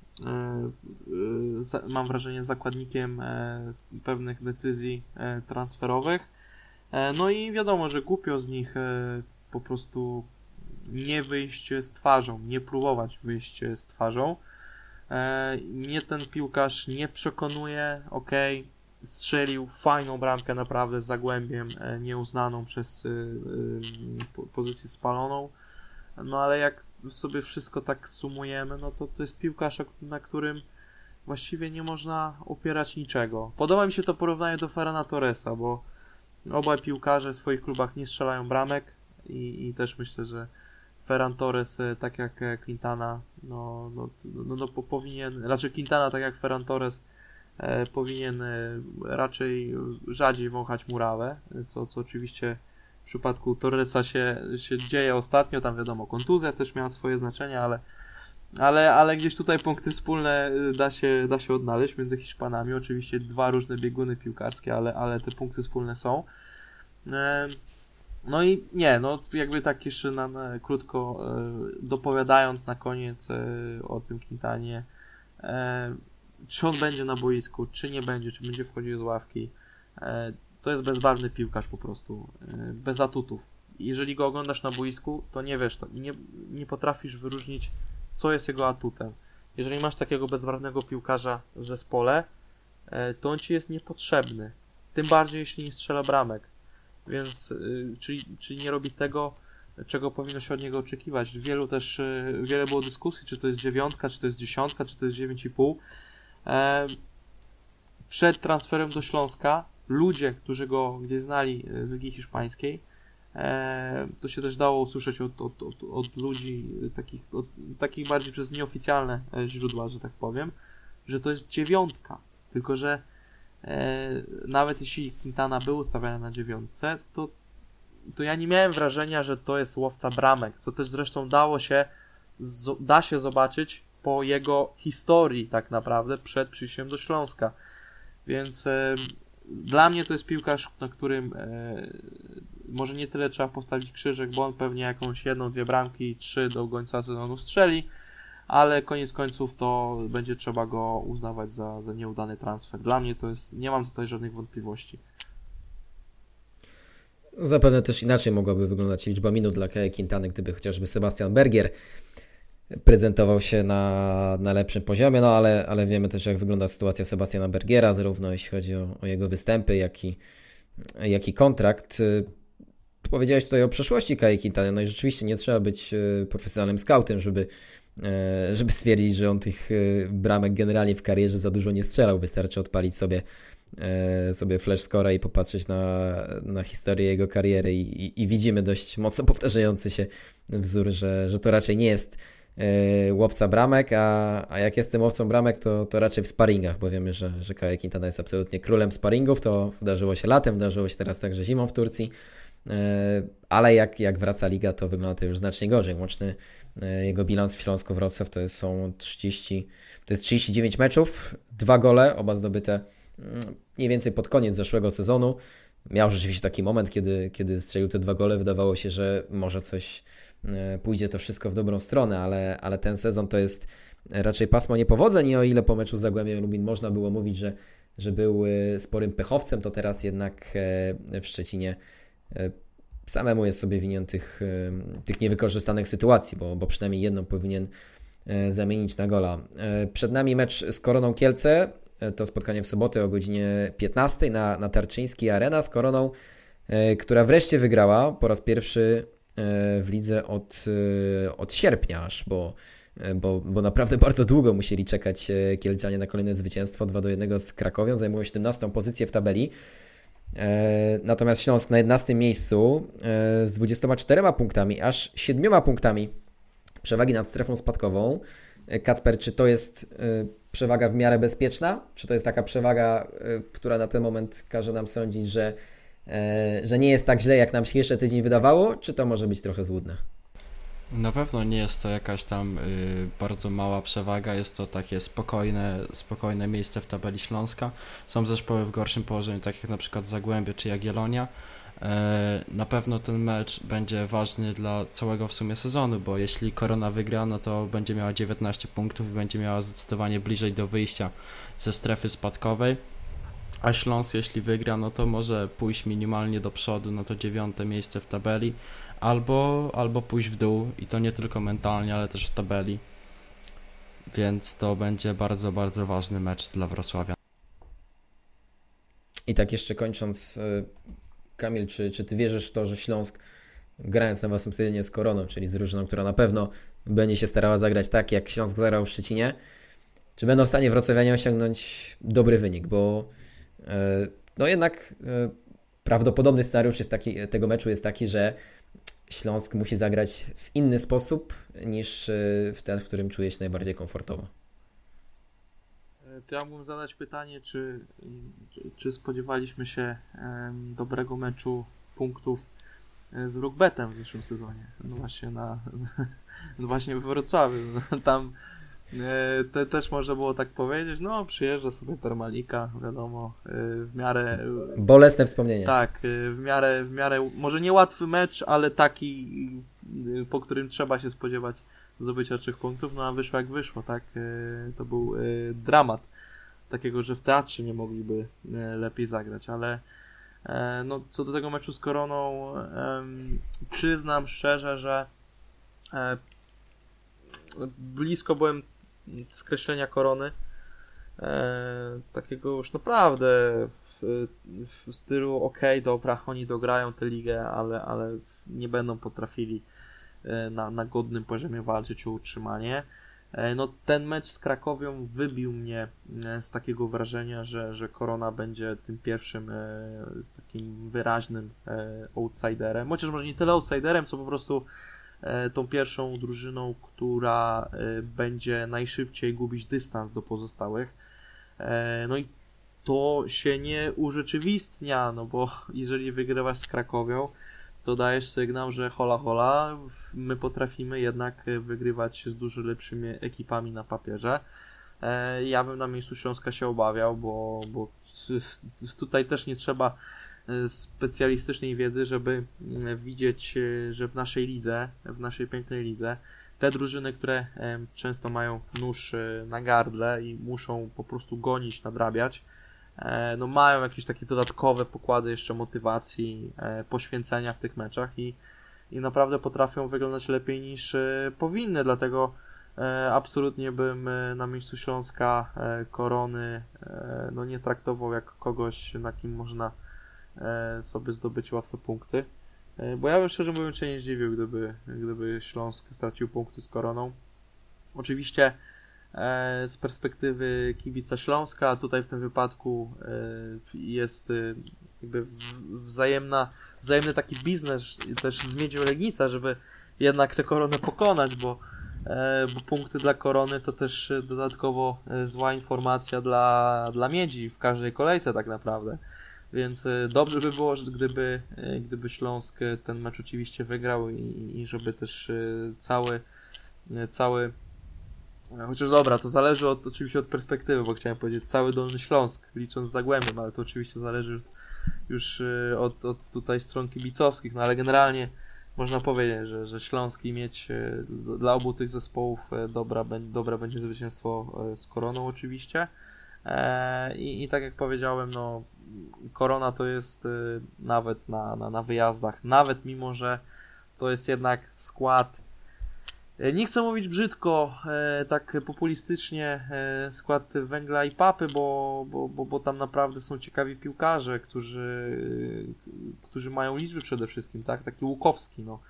mam wrażenie, zakładnikiem pewnych decyzji transferowych. No i wiadomo, że głupio z nich po prostu nie wyjść z twarzą, nie próbować wyjść z twarzą. Mnie ten piłkarz nie przekonuje, strzelił fajną bramkę naprawdę z Zagłębiem, nieuznaną przez pozycję spaloną, no ale jak sobie wszystko tak sumujemy, no to jest piłkarz, na którym właściwie nie można opierać niczego. Podoba mi się to porównanie do Ferrana Torresa, bo obaj piłkarze w swoich klubach nie strzelają bramek i też myślę, że Ferran Torres, tak jak Quintana, powinien, raczej Quintana, tak jak Ferran Torres, powinien raczej rzadziej wąchać murawę, co oczywiście w przypadku Torresa się dzieje ostatnio, tam wiadomo, kontuzja też miała swoje znaczenie, ale gdzieś tutaj punkty wspólne da się odnaleźć między Hiszpanami, oczywiście dwa różne bieguny piłkarskie, ale te punkty wspólne są. No i jakby tak jeszcze krótko dopowiadając na koniec o tym Quintanie, czy on będzie na boisku, czy nie będzie, czy będzie wchodził z ławki, to jest bezbarwny piłkarz po prostu, bez atutów. Jeżeli go oglądasz na boisku, to nie wiesz, nie potrafisz wyróżnić, co jest jego atutem. Jeżeli masz takiego bezbarwnego piłkarza w zespole, to on ci jest niepotrzebny, tym bardziej jeśli nie strzela bramek. Więc, czyli nie robi tego, czego powinno się od niego oczekiwać. Wiele było dyskusji, czy to jest 9, czy to jest 10, czy to jest 9,5. Przed transferem do Śląska ludzie, którzy go gdzieś znali z Ligi Hiszpańskiej, to się też dało usłyszeć od ludzi takich bardziej przez nieoficjalne źródła, że tak powiem, że to jest 9, tylko że nawet jeśli Quintana był ustawiany na 9, to ja nie miałem wrażenia, że to jest łowca bramek, co też zresztą da się zobaczyć po jego historii tak naprawdę przed przyjściem do Śląska. Więc dla mnie to jest piłkarz, na którym może nie tyle trzeba postawić krzyżyk, bo on pewnie jakąś 1-2 bramki, 3 do końca sezonu strzeli, ale koniec końców to będzie trzeba go uznawać za nieudany transfer. Dla mnie to jest, nie mam tutaj żadnych wątpliwości. Zapewne też inaczej mogłaby wyglądać liczba minut dla Kaja Quintany, gdyby chociażby Sebastian Bergier prezentował się na lepszym poziomie, no ale wiemy też, jak wygląda sytuacja Sebastiana Bergiera, zarówno jeśli chodzi o jego występy, jak i kontrakt. Powiedziałeś tutaj o przeszłości Kaji Quintany, no i rzeczywiście nie trzeba być profesjonalnym scoutem, żeby stwierdzić, że on tych bramek generalnie w karierze za dużo nie strzelał. Wystarczy odpalić sobie flash score'a i popatrzeć na historię jego kariery i widzimy dość mocno powtarzający się wzór, że to raczej nie jest łowca bramek, a jak jestem łowcą bramek, to raczej w sparingach, bo wiemy, że Kaja Quintana jest absolutnie królem sparingów. To wydarzyło się latem, wydarzyło się teraz także zimą w Turcji, ale jak wraca liga, to wygląda to już znacznie gorzej. Łączny jego bilans w Śląsku Wrocław to jest 39 meczów, 2 gole, oba zdobyte mniej więcej pod koniec zeszłego sezonu. Miał rzeczywiście taki moment, kiedy strzelił te 2 gole, wydawało się, że może coś pójdzie to wszystko w dobrą stronę, ale ten sezon to jest raczej pasmo niepowodzeń i o ile po meczu z Zagłębiem Lubin można było mówić, że był sporym pechowcem, to teraz jednak w Szczecinie samemu jest sobie winien tych niewykorzystanych sytuacji, bo przynajmniej jedną powinien zamienić na gola. Przed nami mecz z Koroną Kielce, to spotkanie w sobotę o godzinie 15 na Tarczyńskiej Arena z Koroną, która wreszcie wygrała po raz pierwszy w lidze od sierpnia aż, bo naprawdę bardzo długo musieli czekać Kielczanie na kolejne zwycięstwo 2-1 z Krakowią, zajmują 17. pozycję w tabeli. Natomiast Śląsk na 11. miejscu z 24 punktami, aż 7 punktami przewagi nad strefą spadkową. Kacper, czy to jest przewaga w miarę bezpieczna? Czy to jest taka przewaga, która na ten moment każe nam sądzić, że nie jest tak źle, jak nam się jeszcze tydzień wydawało? Czy to może być trochę złudne? Na pewno nie jest to jakaś tam bardzo mała przewaga, jest to takie spokojne miejsce w tabeli Śląska. Są zespoły w gorszym położeniu, tak jak na przykład Zagłębie czy Jagiellonia. Na pewno ten mecz będzie ważny dla całego w sumie sezonu, bo jeśli Korona wygra, no to będzie miała 19 punktów i będzie miała zdecydowanie bliżej do wyjścia ze strefy spadkowej. A Śląsk, jeśli wygra, no to może pójść minimalnie do przodu na to 9. miejsce w tabeli, albo pójść w dół i to nie tylko mentalnie, ale też w tabeli. Więc to będzie bardzo, bardzo ważny mecz dla Wrocławia. I tak jeszcze kończąc, Kamil, czy ty wierzysz w to, że Śląsk, grając na własnym stadionie z Koroną, czyli z drużyną, która na pewno będzie się starała zagrać tak, jak Śląsk zagrał w Szczecinie, czy będą w stanie wrocławianie osiągnąć dobry wynik? Bo no jednak prawdopodobny scenariusz tego meczu jest taki, że Śląsk musi zagrać w inny sposób niż w ten, w którym czuje się najbardziej komfortowo. To ja mógłbym zadać pytanie, czy spodziewaliśmy się dobrego meczu punktów z Rookbetem w zeszłym sezonie. No właśnie w Wrocławiu. Tam to też można było tak powiedzieć, no przyjeżdża sobie Termalika, wiadomo, w miarę... Bolesne wspomnienie. Tak, w miarę może niełatwy mecz, ale taki, po którym trzeba się spodziewać zdobycia 3 punktów, no a wyszło jak wyszło, tak, to był dramat, takiego, że w teatrze nie mogliby lepiej zagrać, ale no co do tego meczu z Koroną, przyznam szczerze, że blisko byłem skreślenia Korony, takiego już naprawdę w stylu okej, dobra, oni dograją tę ligę, ale nie będą potrafili na godnym poziomie walczyć o utrzymanie. No ten mecz z Krakowią wybił mnie z takiego wrażenia, że Korona będzie tym pierwszym takim wyraźnym outsiderem, chociaż może nie tyle outsiderem, co po prostu tą pierwszą drużyną, która będzie najszybciej gubić dystans do pozostałych. No i to się nie urzeczywistnia, no bo jeżeli wygrywasz z Krakowią, to dajesz sygnał, że hola hola, my potrafimy jednak wygrywać z dużo lepszymi ekipami na papierze. Ja bym na miejscu Śląska się obawiał, bo tutaj też nie trzeba specjalistycznej wiedzy, żeby widzieć, że w naszej lidze, w naszej pięknej lidze, te drużyny, które często mają nóż na gardle i muszą po prostu gonić, nadrabiać, no mają jakieś takie dodatkowe pokłady jeszcze motywacji, poświęcenia w tych meczach i naprawdę potrafią wyglądać lepiej niż powinny, dlatego absolutnie bym na miejscu Śląska Korony no nie traktował jak kogoś, na kim można sobie zdobyć łatwe punkty, bo ja bym szczerze mówiąc się nie zdziwił, gdyby Śląsk stracił punkty z Koroną. Oczywiście z perspektywy kibica Śląska tutaj w tym wypadku jest jakby wzajemny taki biznes też z Miedzią Legnica, żeby jednak tę Koronę pokonać, bo punkty dla Korony to też dodatkowo zła informacja dla Miedzi w każdej kolejce tak naprawdę. Więc dobrze by było, gdyby Śląsk ten mecz oczywiście wygrał i żeby też cały chociaż dobra, to zależy oczywiście od perspektywy, bo chciałem powiedzieć cały Dolny Śląsk, licząc Zagłębiem, ale to oczywiście zależy już od tutaj stron kibicowskich, no ale generalnie można powiedzieć, że Śląsk i Miedź dla obu tych zespołów dobra będzie zwycięstwo z Koroną oczywiście. I tak jak powiedziałem, no Korona to jest nawet na wyjazdach, nawet mimo, że to jest jednak skład, nie chcę mówić brzydko, tak populistycznie, skład Węgla i Papy, bo tam naprawdę są ciekawi piłkarze, którzy mają liczby przede wszystkim, tak? Taki Łukowski, no,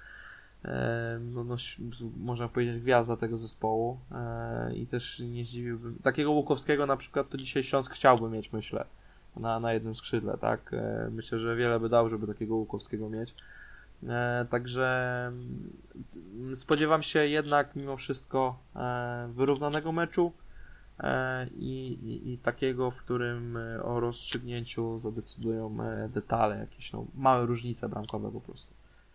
można powiedzieć gwiazda tego zespołu i też nie zdziwiłbym. Takiego Łukowskiego na przykład to dzisiaj Śląsk chciałby mieć, myślę, na jednym skrzydle, tak? Myślę, że wiele by dał, żeby takiego Łukowskiego mieć. Także spodziewam się jednak mimo wszystko wyrównanego meczu i takiego, w którym o rozstrzygnięciu zadecydują detale, jakieś małe różnice bramkowe po prostu.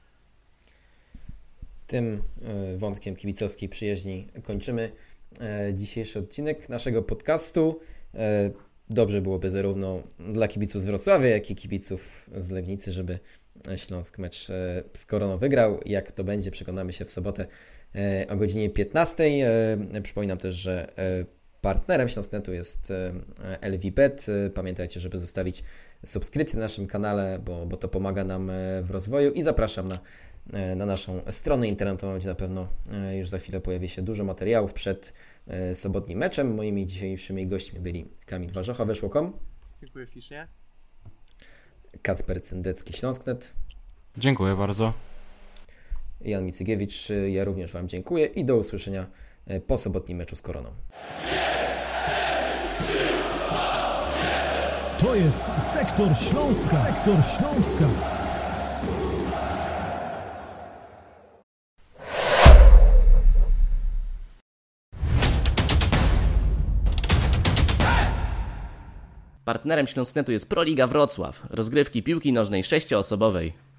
Tym wątkiem kibicowskiej przyjaźni kończymy dzisiejszy odcinek naszego podcastu. Dobrze byłoby zarówno dla kibiców z Wrocławia, jak i kibiców z Legnicy, żeby Śląsk mecz z Koroną wygrał. Jak to będzie, przekonamy się w sobotę o godzinie 15. Przypominam też, że partnerem Śląsknetu jest LVBet. Pamiętajcie, żeby zostawić subskrypcję na naszym kanale, bo to pomaga nam w rozwoju i zapraszam na naszą stronę internetową, gdzie na pewno już za chwilę pojawi się dużo materiałów przed sobotnim meczem. Moimi dzisiejszymi gośćmi byli Kamil Warzocha, Weszło.com. Dziękuję ślicznie. Kacper Cyndecki, Śląsknet. Dziękuję bardzo. Jan Micygiewicz, ja również Wam dziękuję i do usłyszenia po sobotnim meczu z Koroną. To jest Sektor Śląska. Sektor Śląska. Partnerem Śląsknetu jest Proliga Wrocław, rozgrywki piłki nożnej 6-osobowej.